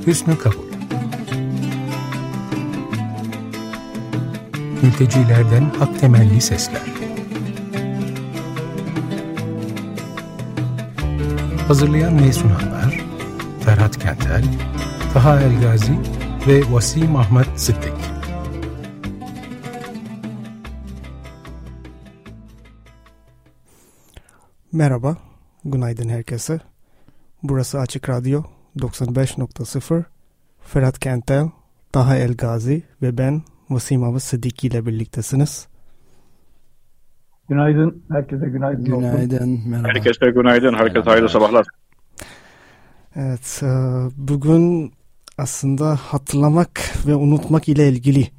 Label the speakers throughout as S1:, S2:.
S1: Hüsnü kabul. Mültecilerden hak temelli sesler. Hazırlayan ve sunanlar Ferhat Kentel, Taha Elgazi ve Vasim Ahmet Sıddık.
S2: Merhaba, günaydın herkese. Burası Açık Radyo 95.0. Ferhat Kentel, Taha Elgazi ve ben Vasim Ahmet Sıddık ile birliktesiniz.
S3: Günaydın, herkese günaydın.
S4: Günaydın, merhaba.
S5: Herkese günaydın, herkese hayırlı sabahlar.
S2: Evet, bugün aslında hatırlamak ve unutmak ile ilgili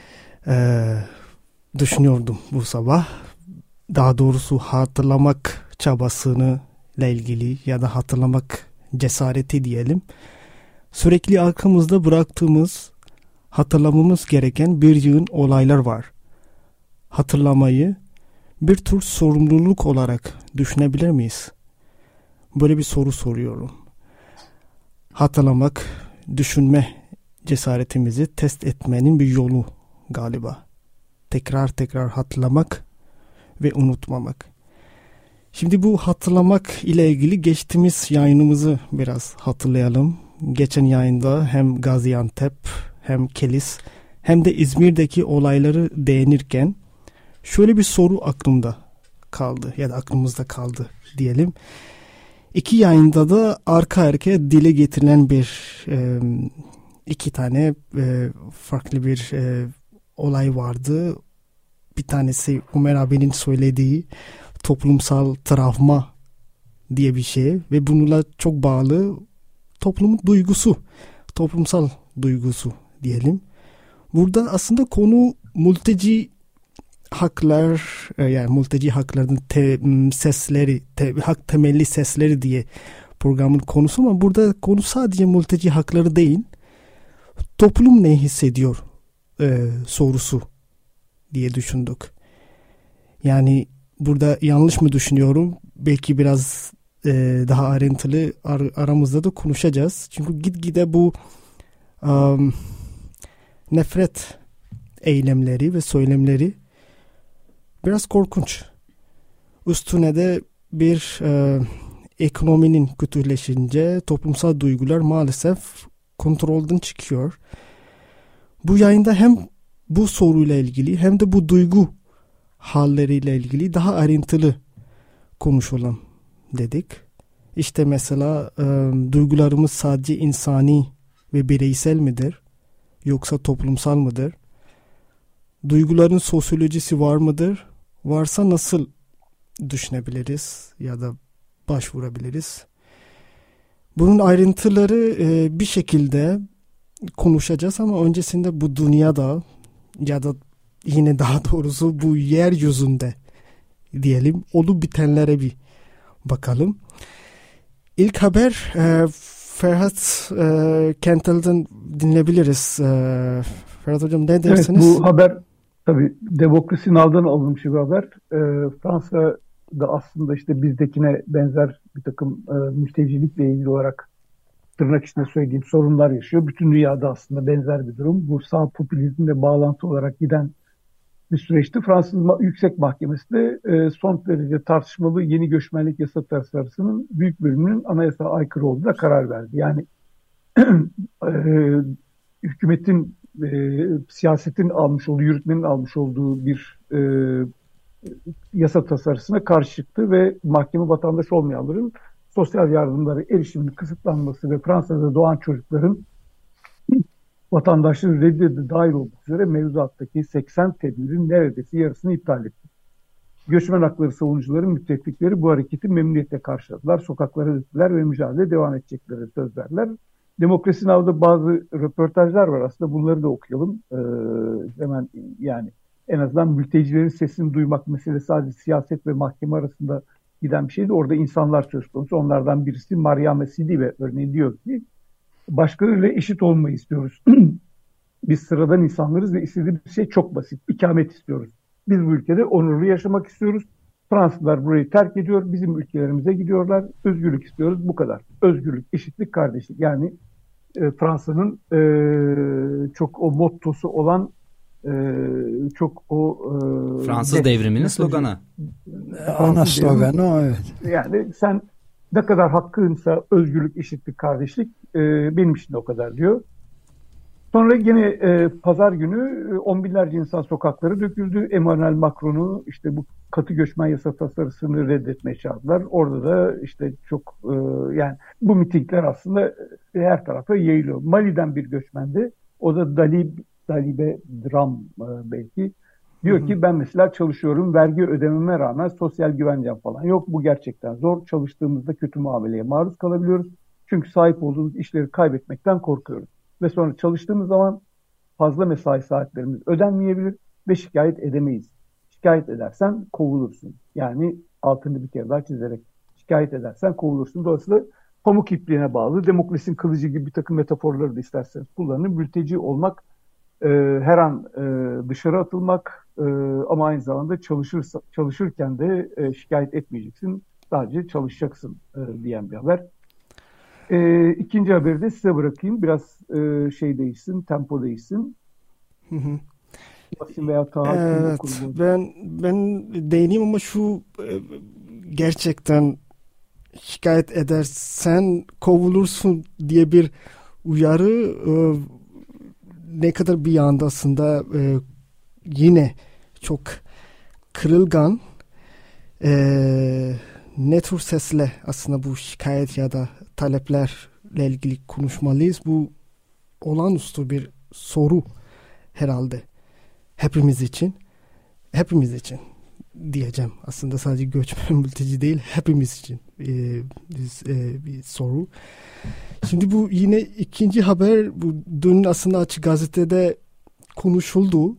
S2: düşünüyordum bu sabah. Daha doğrusu hatırlamak çabasını ile ilgili ya da hatırlamak cesareti diyelim. Sürekli arkamızda bıraktığımız, hatırlamamız gereken bir yığın olaylar var. Hatırlamayı bir tür sorumluluk olarak düşünebilir miyiz? Böyle bir soru soruyorum. Hatırlamak, düşünme cesaretimizi test etmenin bir yolu galiba. Tekrar hatırlamak ve unutmamak. Şimdi bu hatırlamak ile ilgili geçtiğimiz yayınımızı biraz hatırlayalım. Geçen yayında hem Gaziantep hem Kilis hem de İzmir'deki olayları değinirken şöyle bir soru aklımda kaldı ya da aklımızda kaldı diyelim. İki yayında da arka arkaya dile getirilen iki tane farklı bir olay vardı. Bir tanesi Ömer abinin söylediği toplumsal travma diye bir şey ve bununla çok bağlı toplumun duygusu, toplumsal duygusu diyelim. Burada aslında konu mülteci haklar, yani mülteci haklarının sesleri, hak temelli sesleri diye programın konusu, ama burada konu sadece mülteci hakları değil, toplum ne hissediyor sorusu diye düşündük. Yani burada yanlış mı düşünüyorum? Belki biraz daha ayrıntılı aramızda da konuşacağız. Çünkü gitgide bu nefret eylemleri ve söylemleri biraz korkunç. Üstüne de bir ekonominin kötüleşince toplumsal duygular maalesef kontrolden çıkıyor. Bu yayında hem bu soruyla ilgili hem de bu duygu halleriyle ilgili daha ayrıntılı konuşalım dedik. İşte mesela duygularımız sadece insani ve bireysel midir? Yoksa toplumsal mıdır? Duyguların sosyolojisi var mıdır? Varsa nasıl düşünebiliriz ya da başvurabiliriz? Bunun ayrıntıları bir şekilde konuşacağız, ama öncesinde bu dünyada ya da yine daha doğrusu bu yeryüzünde diyelim olup bitenlere bir bakalım. İlk haber Ferhat Kentel'den dinleyebiliriz. Ferhat Hocam, ne dersiniz?
S3: Evet, bu haber tabii Demokrasi Now'dan alınmış bir haber. Fransa'da aslında işte bizdekine benzer bir takım mültecilikle ilgili olarak tırnak içinde söylediğim sorunlar yaşıyor. Bütün dünyada aslında benzer bir durum. Bu sağ popülizmle bağlantı olarak giden bir süreçti. Fransız Yüksek Mahkemesi de son derece tartışmalı yeni göçmenlik yasa tasarısının büyük bölümünün anayasaya aykırı olduğuna karar verdi. Yani hükümetin, siyasetin almış olduğu, yürütmenin almış olduğu bir yasa tasarısına karşı çıktı ve mahkeme vatandaş olmayanların sosyal yardımlara erişiminin kısıtlanması ve Fransa'da doğan çocukların vatandaşlığı reddedildi dahil olmak üzere mevzuattaki 80 tedbirin neredeyse yarısını iptal etti. Göçmen hakları savunucuları, müttefikleri bu hareketi memnuniyetle karşıladılar. Sokaklara döktüler ve mücadele devam edecekleri söz verdiler. Demokrasi Now'da bazı röportajlar var. Aslında bunları da okuyalım. Hemen yani en azından mültecilerin sesini duymak meselesi sadece siyaset ve mahkeme arasında giden bir şeydi. Orada insanlar söz konusu. Onlardan birisi Mariame Sidi ve örneğin diyor ki başkalarıyla eşit olmayı istiyoruz. Biz sıradan insanlarız ve istediğimiz şey çok basit. İkamet istiyoruz. Biz bu ülkede onurlu yaşamak istiyoruz. Fransızlar burayı terk ediyor. Bizim ülkelerimize gidiyorlar. Özgürlük istiyoruz. Bu kadar. Özgürlük, eşitlik, kardeşlik. Yani Fransa'nın çok o mottosu olan çok o
S4: Fransız devriminin sloganı.
S6: Ana sloganı o, evet.
S3: Yani sen ne kadar hakkınsa özgürlük, eşitlik, kardeşlik benim için de o kadar diyor. Sonra yine pazar günü on binlerce insan sokaklara döküldü. Emmanuel Macron'u işte bu katı göçmen yasa tasarısını reddetmeye çağırdılar. Orada da işte çok yani bu mitingler aslında her tarafa yayılıyor. Mali'den bir göçmendi. O da Dalibe Dram belki. Diyor ki ben mesela çalışıyorum, vergi ödememe rağmen sosyal güvencem falan yok. Bu gerçekten zor. Çalıştığımızda kötü muameleye maruz kalabiliyoruz. Çünkü sahip olduğumuz işleri kaybetmekten korkuyoruz. Ve sonra çalıştığımız zaman fazla mesai saatlerimiz ödenmeyebilir ve şikayet edemeyiz. Şikayet edersen kovulursun. Yani altını bir kere daha çizerek şikayet edersen kovulursun. Dolayısıyla pamuk ipliğine bağlı, Demokles'in kılıcı gibi bir takım metaforları da isterseniz kullanın. Mülteci olmak, her an dışarı atılmak ama aynı zamanda çalışırken de şikayet etmeyeceksin. Sadece çalışacaksın diyen bir haber. İkinci haberi de size bırakayım. Biraz şey değişsin, tempo değişsin. Basim veya Taha.
S2: Evet, ben değineyim ama şu gerçekten şikayet edersen kovulursun diye bir uyarı ne kadar bir yanda aslında yine çok kırılgan, ne tür sesle aslında bu şikayet ya da taleplerle ilgili konuşmalıyız. Bu olağanüstü bir soru herhalde hepimiz için diyeceğim. Aslında sadece göçmen mülteci değil, hepimiz için bir soru. Şimdi bu yine ikinci haber, bu dün aslında Açık Gazete'de konuşuldu.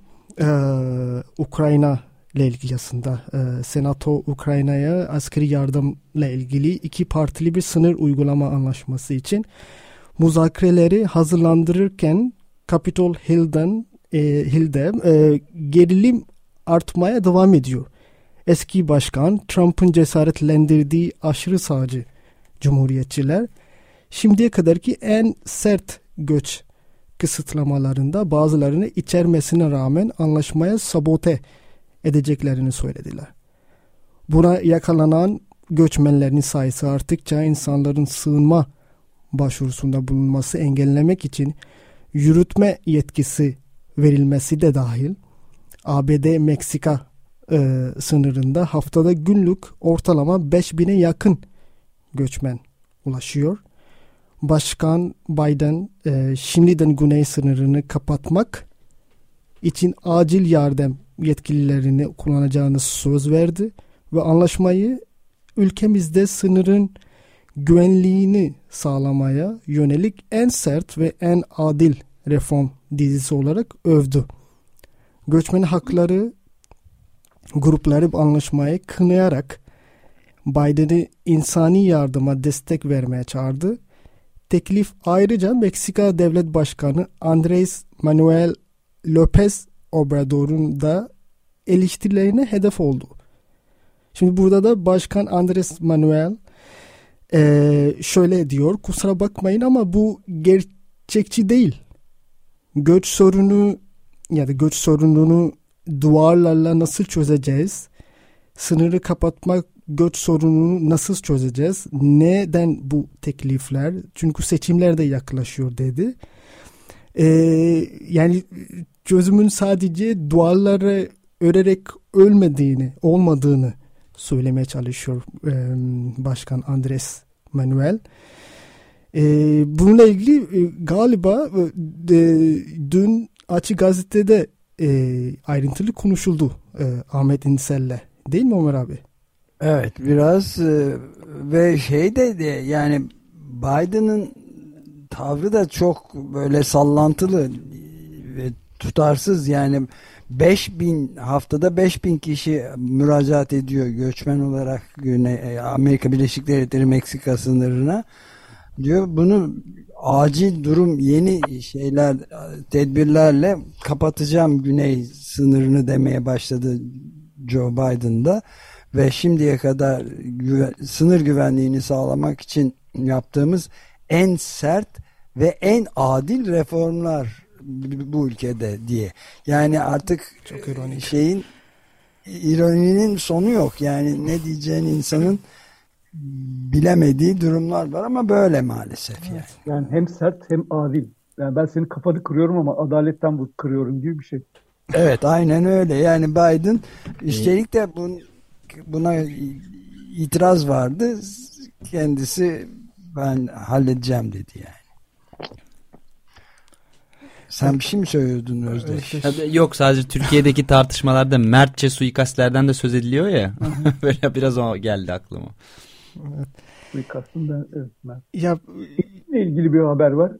S2: Ukrayna ile ilgili aslında Senato Ukrayna'ya askeri yardımla ilgili iki partili bir sınır uygulama anlaşması için müzakereleri hazırlandırırken Capitol Hill'de gerilim artmaya devam ediyor. Eski başkan Trump'ın cesaretlendirdiği aşırı sağcı cumhuriyetçiler şimdiye kadarki en sert göç kısıtlamalarında bazılarını içermesine rağmen anlaşmaya sabote edeceklerini söylediler. Buna yakalanan göçmenlerin sayısı arttıkça insanların sığınma başvurusunda bulunması engellemek için yürütme yetkisi verilmesi de dahil ABD-Meksika sınırında haftada günlük ortalama 5.000'e yakın göçmen ulaşıyor. Başkan Biden şimdiden güney sınırını kapatmak için acil yardım yetkililerini kullanacağını söz verdi ve anlaşmayı ülkemizde sınırın güvenliğini sağlamaya yönelik en sert ve en adil reform dizisi olarak övdü. Göçmen hakları grupları bu anlaşmayı kınayarak Biden'ı insani yardıma destek vermeye çağırdı. Teklif ayrıca Meksika Devlet Başkanı Andrés Manuel López Obrador'un da eleştirilerine hedef oldu. Şimdi burada da Başkan Andrés Manuel şöyle diyor: kusura bakmayın ama bu gerçekçi değil. Göç sorunu ya da göç sorununu duvarlarla nasıl çözeceğiz? Sınırı kapatmak göç sorununu nasıl çözeceğiz? Neden bu teklifler? Çünkü seçimler de yaklaşıyor dedi. Yani çözümün sadece duvarları örerek olmadığını söylemeye çalışıyor Başkan Andrés Manuel. Bununla ilgili galiba dün Açık Gazete'de ayrıntılı konuşuldu Ahmet İnsel'le. Değil mi Ömer abi?
S6: Evet, biraz ve yani Biden'ın tavrı da çok böyle sallantılı ve tutarsız. Yani haftada 5.000 kişi müracaat ediyor göçmen olarak Amerika Birleşik Devletleri Meksika sınırına diyor. Bunu acil durum, yeni tedbirlerle kapatacağım güney sınırını demeye başladı Joe Biden'da. Ve şimdiye kadar sınır güvenliğini sağlamak için yaptığımız en sert ve en adil reformlar bu ülkede diye. Yani artık
S2: çok ironik.
S6: İroninin sonu yok. Yani ne diyeceğini insanın bilemediği durumlar var ama böyle maalesef yani.
S3: Yani hem sert hem adil. Yani ben senin kafanı kırıyorum ama adaletten kırıyorum gibi bir şey.
S6: Evet, aynen öyle. Yani Biden üstelik de buna itiraz vardı. Kendisi ben halledeceğim dedi yani. Sen bir şey mi söylüyordun Özdeş?
S4: Yok, sadece Türkiye'deki tartışmalarda mertçe suikastlerden de söz ediliyor ya. Böyle biraz o geldi aklıma.
S2: Evet.
S3: Suikastın evet.
S2: Ya
S3: ile ilgili bir haber var.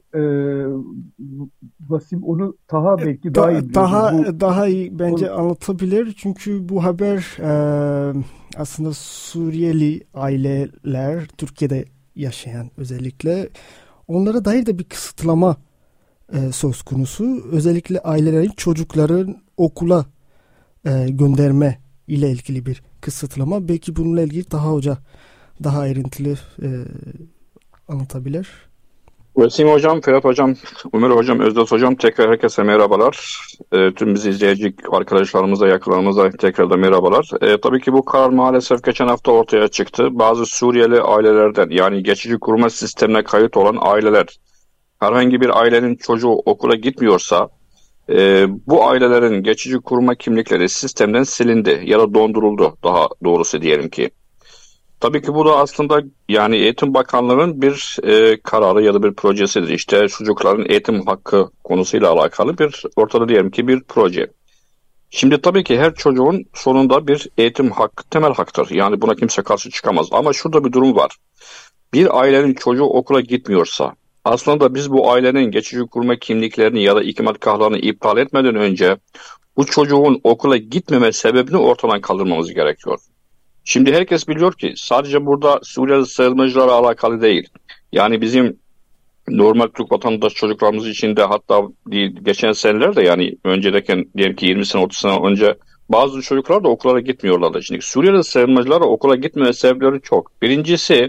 S3: Vasim onu Taha belki daha iyi biliyor.
S2: Daha iyi bence anlatabilir. Çünkü bu haber aslında Suriyeli aileler, Türkiye'de yaşayan özellikle, onlara dair de bir kısıtlama söz konusu. Özellikle ailelerin çocukların okula gönderme ile ilgili bir kısıtlama. Belki bununla ilgili Hoca daha ayrıntılı anlatabilir.
S5: Vesim Hocam, Ferhat Hocam, Ömer Hocam, Özdeş Hocam, tekrar herkese merhabalar. Tüm bizi izleyici arkadaşlarımıza, yakınlarımıza tekrar da merhabalar. Tabii ki bu karar maalesef geçen hafta ortaya çıktı. Bazı Suriyeli ailelerden, yani geçici koruma sistemine kayıt olan aileler, herhangi bir ailenin çocuğu okula gitmiyorsa, bu ailelerin geçici koruma kimlikleri sistemden silindi ya da donduruldu, daha doğrusu diyelim ki. Tabii ki bu da aslında yani Eğitim Bakanlığı'nın bir kararı ya da bir projesidir. İşte çocukların eğitim hakkı konusuyla alakalı ortada diyelim ki bir proje. Şimdi tabii ki her çocuğun sonunda bir eğitim hakkı temel haktır. Yani buna kimse karşı çıkamaz. Ama şurada bir durum var. Bir ailenin çocuğu okula gitmiyorsa, aslında biz bu ailenin geçici koruma kimliklerini ya da ikametgahlarını iptal etmeden önce bu çocuğun okula gitmeme sebebini ortadan kaldırmamız gerekiyor. Şimdi herkes biliyor ki sadece burada Suriyeli sığınmacılarla alakalı değil. Yani bizim normal Türk vatandaş çocuklarımız için de, hatta geçen senelerde, yani öncedeki diyelim ki 20 sene 30 sene önce bazı çocuklar da okula gitmiyorlardı. Şimdi Suriyeli sığınmacılara okula gitmeme sebepleri çok. Birincisi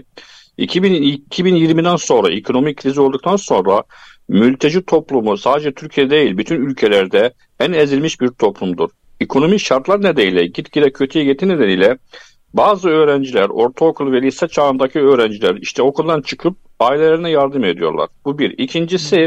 S5: 2020'den sonra, ekonomik krizi olduktan sonra mülteci toplumu sadece Türkiye değil bütün ülkelerde en ezilmiş bir toplumdur. Ekonomik şartlar nedeniyle, gitgide kötüye gittiği nedeniyle bazı öğrenciler, ortaokul ve lise çağındaki öğrenciler işte okuldan çıkıp ailelerine yardım ediyorlar. Bu bir. İkincisi,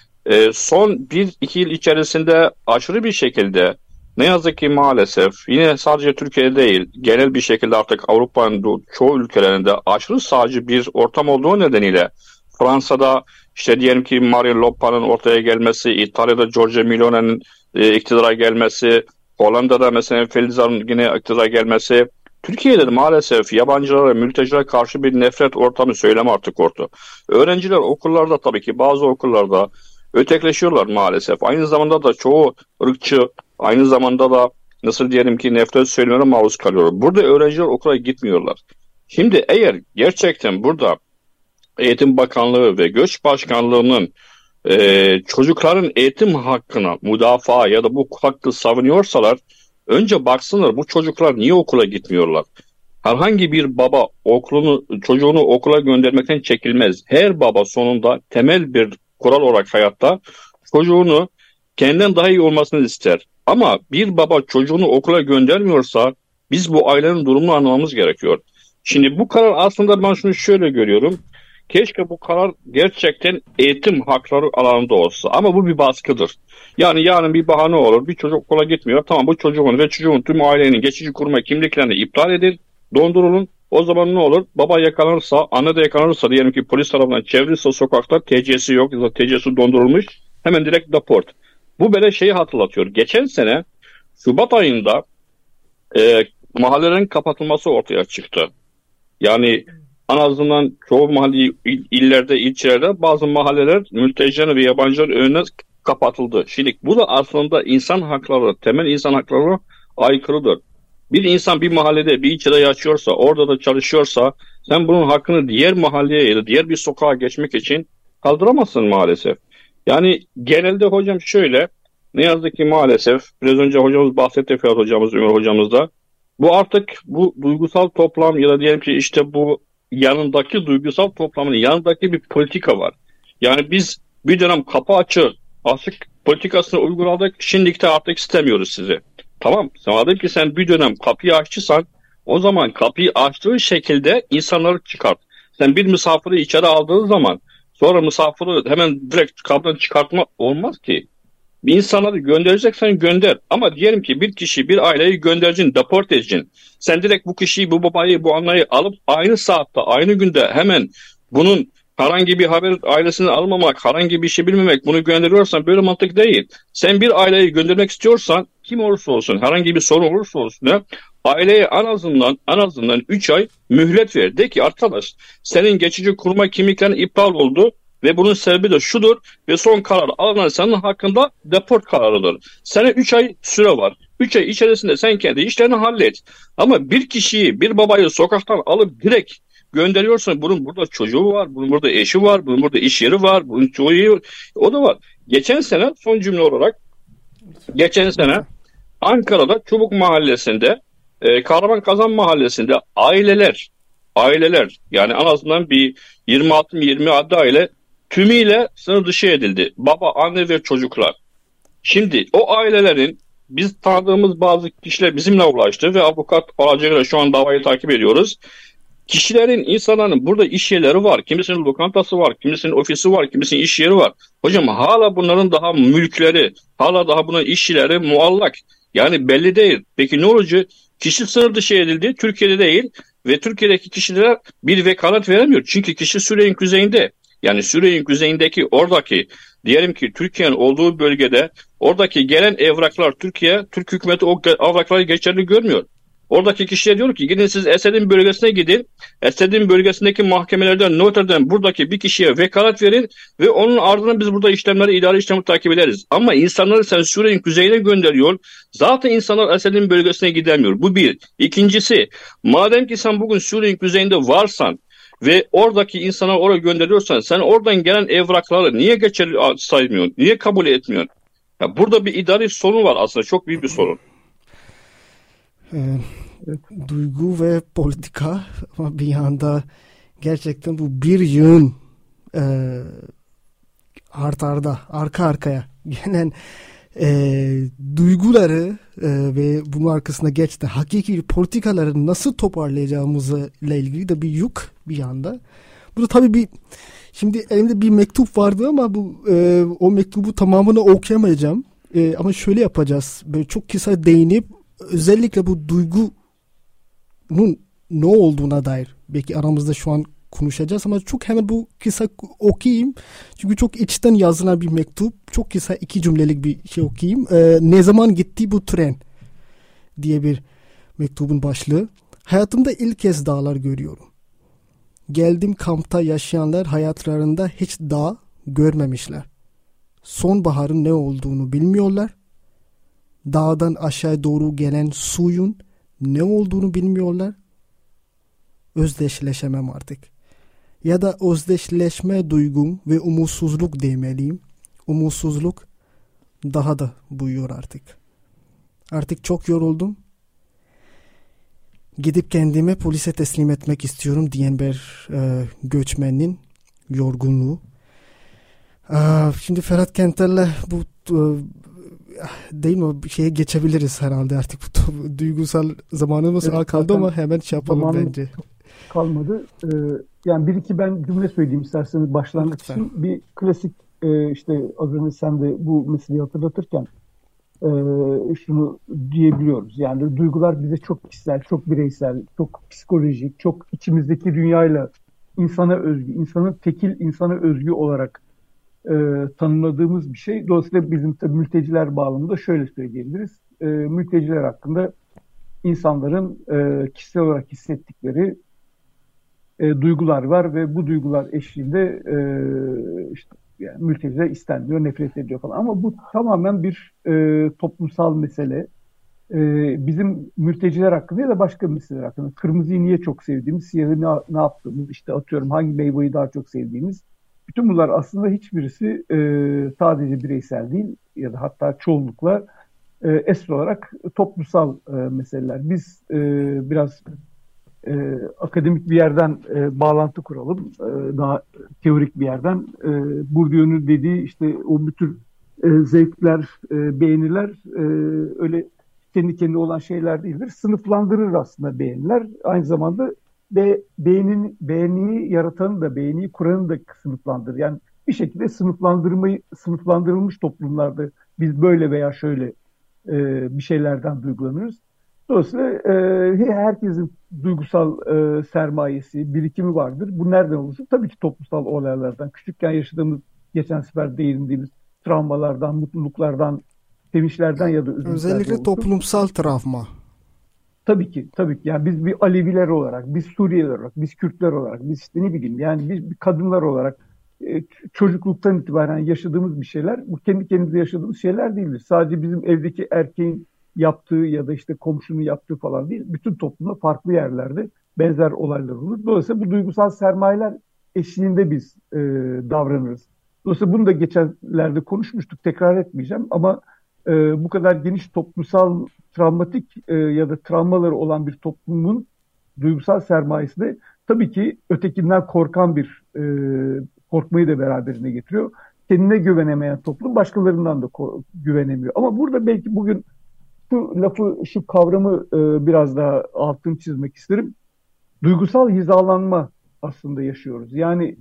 S5: son 1-2 yıl içerisinde aşırı bir şekilde ne yazık ki maalesef yine sadece Türkiye'de değil, genel bir şekilde artık Avrupa'nın çoğu ülkelerinde aşırı sağcı bir ortam olduğu nedeniyle Fransa'da işte diyelim ki Marine Le Pen'in ortaya gelmesi, İtalya'da Giorgia Meloni'nin iktidara gelmesi, Hollanda'da mesela Felizar'ın yine iktidara gelmesi, Türkiye'de de maalesef yabancılara, mültecilere karşı bir nefret ortamı söyleme artık orta. Öğrenciler okullarda, tabii ki bazı okullarda ötekleşiyorlar maalesef. Aynı zamanda da çoğu ırkçı, aynı zamanda da nasıl diyelim ki nefret söylemlerine maruz kalıyorlar. Burada öğrenciler okula gitmiyorlar. Şimdi eğer gerçekten burada Eğitim Bakanlığı ve Göç Başkanlığı'nın çocukların eğitim hakkına müdafaa ya da bu hakkı savunuyorsalar, önce baksınlar bu çocuklar niye okula gitmiyorlar. Herhangi bir baba çocuğunu okula göndermekten çekilmez. Her baba sonunda temel bir kural olarak hayatta çocuğunu kendinden daha iyi olmasını ister. Ama bir baba çocuğunu okula göndermiyorsa biz bu ailenin durumunu anlamamız gerekiyor. Şimdi bu karar aslında ben şunu şöyle görüyorum. Keşke bu karar gerçekten eğitim hakları alanında olsa. Ama bu bir baskıdır. Yani yarın bir bahane olur. Bir çocuk okula gitmiyor. Tamam, bu çocuğun ve çocuğun tüm ailenin geçici koruma kimliklerini iptal edin. Dondurulun. O zaman ne olur? Baba yakalanırsa, anne de yakalanırsa, diyelim ki polis tarafından çevrilirse sokakta, TC'si yok ya da TC'si dondurulmuş, hemen direkt deport. Bu böyle şeyi hatırlatıyor. Geçen sene Şubat ayında mahallelerin kapatılması ortaya çıktı. Yani en azından çoğu mahalle illerde, ilçelerde bazı mahalleler mültecilerin ve yabancıların önüne kapatıldı. Şimdi bu da aslında insan hakları, temel insan hakları aykırıdır. Bir insan bir mahallede, bir ilçede yaşıyorsa, orada da çalışıyorsa, sen bunun hakkını diğer mahalleye ya da diğer bir sokağa geçmek için kaldıramazsın maalesef. Yani genelde hocam şöyle, ne yazık ki maalesef, biraz önce hocamız bahsetti, Ferhat hocamız, Ömer hocamız da, bu artık bu duygusal toplam ya da diyelim ki işte bu yanındaki duygusal toplamın yanındaki bir politika var. Yani biz bir dönem kapı açık politikasını uyguladık. Şimdilik de artık istemiyoruz sizi. Tamam. Madem ki sen bir dönem kapıyı açtıysan o zaman kapıyı açtığın şekilde insanları çıkart. Sen bir misafiri içeri aldığın zaman sonra misafiri hemen direkt kapıdan çıkartma olmaz ki. Bir insanları göndereceksen gönder. Ama diyelim ki bir kişi, bir aileyi göndereceksin, deport edeceksin. Sen direkt bu kişiyi, bu babayı, bu anneyi alıp aynı saatte, aynı günde hemen bunun herhangi bir haber ailesini almamak, herhangi bir şey bilmemek, bunu gönderiyorsan böyle mantık değil. Sen bir aileyi göndermek istiyorsan kim olursa olsun, herhangi bir sorun olursa olsun aileye en azından 3 ay mühlet ver. De ki arkadaş senin geçici kurma kimliklerin iptal oldu. Ve bunun sebebi de şudur ve son karar alınan senin hakkında deport kararıdır. Sana 3 ay süre var. 3 ay içerisinde sen kendi işlerini hallet. Ama bir kişiyi, bir babayı sokaktan alıp direkt gönderiyorsan bunun burada çocuğu var, bunun burada eşi var, bunun burada iş yeri var, bunun çocuğu o da var. Geçen sene son cümle olarak Ankara'da Çubuk Mahallesi'nde Kahraman Mahallesi'nde aileler yani en azından bir 26-20 adlı aile tümüyle sınır dışı edildi. Baba, anne ve çocuklar. Şimdi o ailelerin biz tanıdığımız bazı kişiler bizimle ulaştı ve avukat aracılığıyla şu an davayı takip ediyoruz. İnsanların burada iş yerleri var. Kimisinin lokantası var, kimisinin ofisi var, kimisinin iş yeri var. Hocam hala bunların daha mülkleri, hala daha bunların işçileri muallak. Yani belli değil. Peki ne olacak? Kişi sınır dışı edildi, Türkiye'de değil ve Türkiye'deki kişilere bir vekalet veremiyor. Çünkü kişi Suriye'nin kuzeyinde. Yani Suriye'nin kuzeyindeki oradaki diyelim ki Türkiye'nin olduğu bölgede oradaki gelen evraklar Türk hükümeti o evrakları geçerli görmüyor. Oradaki kişiye diyor ki gidin siz Esed'in bölgesine gidin. Esed'in bölgesindeki mahkemelerden noterden buradaki bir kişiye vekalet verin ve onun ardından biz burada idari işlemi takip ederiz. Ama insanları sen Suriye'nin kuzeyine gönderiyor. Zaten insanlar Esed'in bölgesine gidemiyor. Bu bir. İkincisi madem ki sen bugün Suriye'nin kuzeyinde varsan ve oradaki insanları oraya gönderiyorsan sen oradan gelen evrakları niye geçerli saymıyorsun? Niye kabul etmiyorsun? Ya burada bir idari sorun var aslında. Çok büyük bir sorun.
S2: Duygu ve politika ama bir yanda gerçekten bu bir yığın arka arkaya gelen duyguları ve bunun arkasında gerçekten hakiki politikaları nasıl toparlayacağımızla ilgili de bir yük bir yanda. Bu da tabii şimdi elimde bir mektup vardı ama o mektubu tamamını okuyamayacağım. Ama şöyle yapacağız. Böyle çok kısa değinip özellikle bu duygunun ne olduğuna dair belki aramızda şu an konuşacağız ama çok hemen bu kısa okuyayım. Çünkü çok içten yazılan bir mektup. Çok kısa 2 cümlelik bir şey okuyayım. Ne zaman gitti bu tren diye bir mektubun başlığı. Hayatımda ilk kez dağlar görüyorum. Geldim kampta yaşayanlar hayatlarında hiç dağ görmemişler. Sonbaharın ne olduğunu bilmiyorlar. Dağdan aşağı doğru gelen suyun ne olduğunu bilmiyorlar. Özdeşleşemem artık. Ya da özdeşleşme duygum ve umutsuzluk demeliyim. Umutsuzluk daha da büyüyor artık. Artık çok yoruldum. Gidip kendime polise teslim etmek istiyorum diyen bir göçmenin yorgunluğu. Şimdi Ferhat Kenter'le bu değil mi şeye geçebiliriz herhalde artık bu duygusal zamanımız kaldı ama hemen şey yapalım bence.
S3: Kalmadı. Yani bir iki ben cümle söyleyeyim isterseniz başlangıç için. Bir klasik işte az önce sen de bu meseleyi hatırlatırken şunu diyebiliyoruz. Yani duygular bize çok kişisel, çok bireysel, çok psikolojik, çok içimizdeki dünyayla insana özgü, insana özgü olarak tanımladığımız bir şey. Dolayısıyla bizim tabii mülteciler bağlamında şöyle söyleyebiliriz. Mülteciler hakkında insanların kişisel olarak hissettikleri duygular var ve bu duygular eşliğinde işte yani mülteciler istenmiyor, nefret ediyor falan. Ama bu tamamen bir toplumsal mesele. Bizim mülteciler hakkında ya da başka meseleler hakkında kırmızıyı niye çok sevdiğimiz, siyahı ne yaptığımız, işte atıyorum hangi meyveyi daha çok sevdiğimiz, bütün bunlar aslında hiçbirisi sadece bireysel değil ya da hatta çoğunlukla esas olarak toplumsal meseleler. Biz biraz akademik bir yerden bağlantı kuralım. Daha teorik bir yerden. Bourdieu'nun dediği işte o bütün zevkler, beğeniler öyle kendi kendine olan şeyler değildir. Sınıflandırır aslında beğeniler. Aynı zamanda beğeniyi yaratanı da, beğeniyi kuranı da sınıflandırır. Yani bir şekilde sınıflandırılmış toplumlarda biz böyle veya şöyle bir şeylerden duygulanırız. Dolayısıyla herkesin duygusal sermayesi, birikimi vardır. Bu nereden oluşur? Tabii ki toplumsal olaylardan. Küçükken yaşadığımız, geçen sefer değindiğimiz travmalardan, mutluluklardan, sevinçlerden ya da üzüntülerden
S2: özellikle
S3: oluşur.
S2: toplumsal travma.
S3: Tabii ki, tabii ki. Yani biz bir Aleviler olarak, biz Suriyeliler olarak, biz Kürtler olarak, biz işte ne bileyim yani biz bir kadınlar olarak çocukluktan itibaren yaşadığımız bir şeyler, bu kendi kendimize yaşadığımız şeyler değildir. Sadece bizim evdeki erkeğin yaptığı ya da işte komşunun yaptığı falan değil. Bütün toplumda farklı yerlerde benzer olaylar olur. Dolayısıyla bu duygusal sermayeler eşliğinde biz davranırız. Dolayısıyla bunu da geçenlerde konuşmuştuk, tekrar etmeyeceğim ama bu kadar geniş toplumsal travmatik ya da travmaları olan bir toplumun duygusal sermayesi de tabii ki ötekinden korkan bir korkmayı da beraberine getiriyor. Kendine güvenemeyen toplum başkalarından da güvenemiyor. Ama burada belki bugün şu kavramı biraz daha altını çizmek isterim. Duygusal hizalanma aslında yaşıyoruz. Yani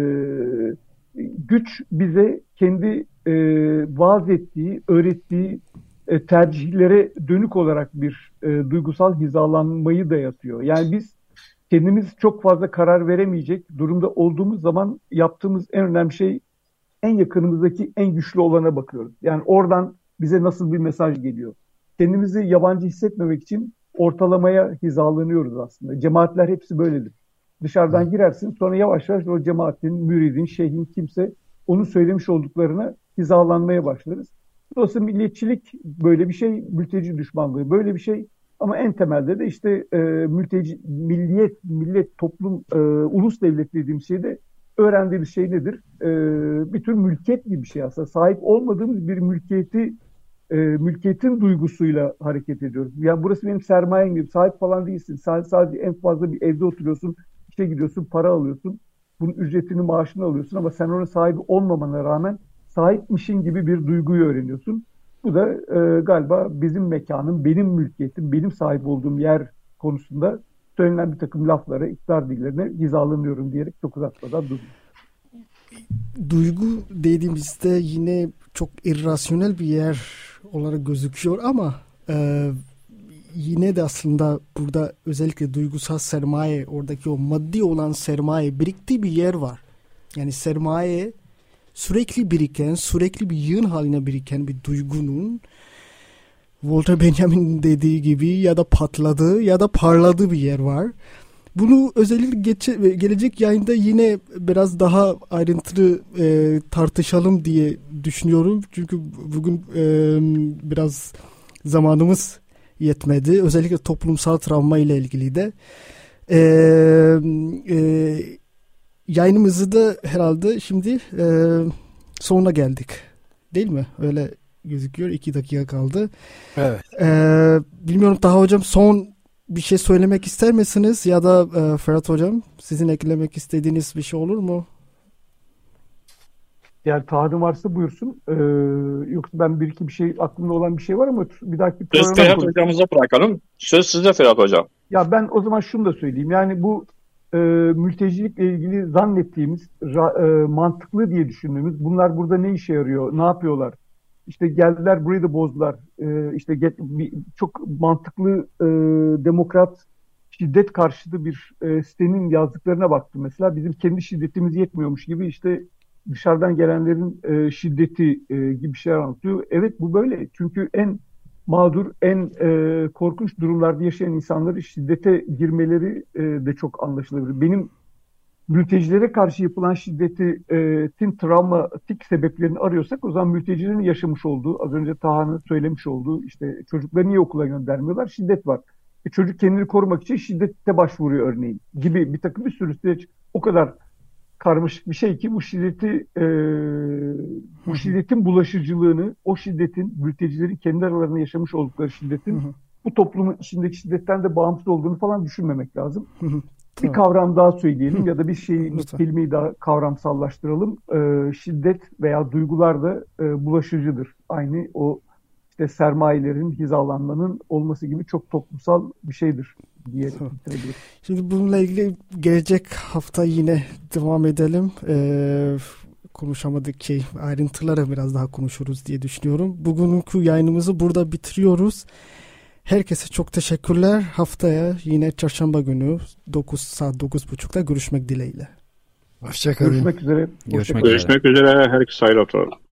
S3: güç bize kendi vaaz ettiği, öğrettiği tercihlere dönük olarak bir duygusal hizalanmayı dayatıyor. Yani biz kendimiz çok fazla karar veremeyecek durumda olduğumuz zaman yaptığımız en önemli şey en yakınımızdaki en güçlü olana bakıyoruz. Yani oradan bize nasıl bir mesaj geliyor. Kendimizi yabancı hissetmemek için ortalamaya hizalanıyoruz aslında. Cemaatler hepsi böyledir. Dışarıdan girersin, sonra yavaş yavaş o cemaatin, müridin, şeyhin kimse onun söylemiş olduklarına hizalanmaya başlarız. Dolayısıyla milliyetçilik böyle bir şey, mülteci düşmanlığı böyle bir şey. Ama en temelde de işte millet, toplum, ulus devlet dediğimiz şeyde öğrendiğimiz şey nedir? Bir tür mülkiyet gibi bir şey aslında. Sahip olmadığımız bir mülkiyetin duygusuyla hareket ediyoruz. Yani burası benim sermayem gibi. Sahip falan değilsin. Sadece en fazla bir evde oturuyorsun, işe gidiyorsun, para alıyorsun. Bunun ücretini, maaşını alıyorsun ama sen onun sahibi olmamana rağmen sahipmişin gibi bir duyguyu öğreniyorsun. Bu da galiba bizim mekanım, benim mülkiyetim, benim sahip olduğum yer konusunda söylenen bir takım laflara, iktidar dillerine hizalanıyorum diyerek çok uzatmadan durdum.
S2: Duygu dediğimizde yine çok irrasyonel bir yer olarak gözüküyor ama yine de aslında burada özellikle duygusal sermaye, oradaki o maddi olan sermaye biriktiği bir yer var. Yani sermaye sürekli biriken, sürekli bir yığın haline biriken bir duygunun Walter Benjamin'in dediği gibi ya da patladığı ya da parladığı bir yer var. Bunu özellikle gelecek yayında yine biraz daha ayrıntılı tartışalım diye düşünüyorum. Çünkü bugün biraz zamanımız yetmedi. Özellikle toplumsal travma ile ilgili de. Yayınımızı da herhalde şimdi sonuna geldik. Değil mi? Öyle gözüküyor. 2 dakika kaldı.
S6: Evet.
S2: Bilmiyorum Taha Hocam son bir şey söylemek ister misiniz? Ya da Ferhat Hocam sizin eklemek istediğiniz bir şey olur mu?
S3: Yani Taha'nın varsa buyursun. Yoksa ben bir şey aklımda olan bir şey var ama bir dahaki programa
S5: Ferhat Hocamıza bırakalım. Söz sizde Ferhat Hocam.
S3: Ya ben o zaman şunu da söyleyeyim. Yani bu mültecilikle ilgili zannettiğimiz, mantıklı diye düşündüğümüz bunlar burada ne işe yarıyor, ne yapıyorlar? İşte geldiler burayı da bozdular. İşte çok mantıklı demokrat şiddet karşıtı bir sitenin yazdıklarına baktım. Mesela bizim kendi şiddetimiz yetmiyormuş gibi işte dışarıdan gelenlerin şiddeti gibi bir şeyler anlatıyor. Evet bu böyle. Çünkü en mağdur, en korkunç durumlarda yaşayan insanların şiddete girmeleri de çok anlaşılabilir. Benim mültecilere karşı yapılan şiddetin travmatik sebeplerini arıyorsak o zaman mültecilerin yaşamış olduğu, az önce Taha'nın söylemiş olduğu işte çocukları niye okula göndermiyorlar? Şiddet var. Çocuk kendini korumak için şiddete başvuruyor örneğin gibi bir takım bir sürü süreç o kadar karmaşık bir şey ki bu şiddetin bulaşıcılığını, o şiddetin mültecilerin kendi aralarında yaşamış oldukları şiddetin bu toplumun içindeki şiddetten de bağımsız olduğunu falan düşünmemek lazım.
S2: Tamam.
S3: Bir kavram daha söyleyelim ya da bir şeyi,
S2: Lütfen.
S3: kelimeyi daha kavramsallaştıralım. Şiddet veya duygular da bulaşıcıdır. Aynı o işte sermayelerin hizalanmanın olması gibi çok toplumsal bir şeydir diye bitirebiliriz.
S2: Şimdi bununla ilgili gelecek hafta yine devam edelim. Konuşamadık ki ayrıntılara biraz daha konuşuruz diye düşünüyorum. Bugünkü yayınımızı burada bitiriyoruz. Herkese çok teşekkürler. Haftaya yine çarşamba günü saat 9.30'da görüşmek dileğiyle.
S6: Hoşçakalın.
S3: Görüşmek üzere.
S4: Görüşmek
S5: Görüşmek üzere. Herkese hayırlı olsun.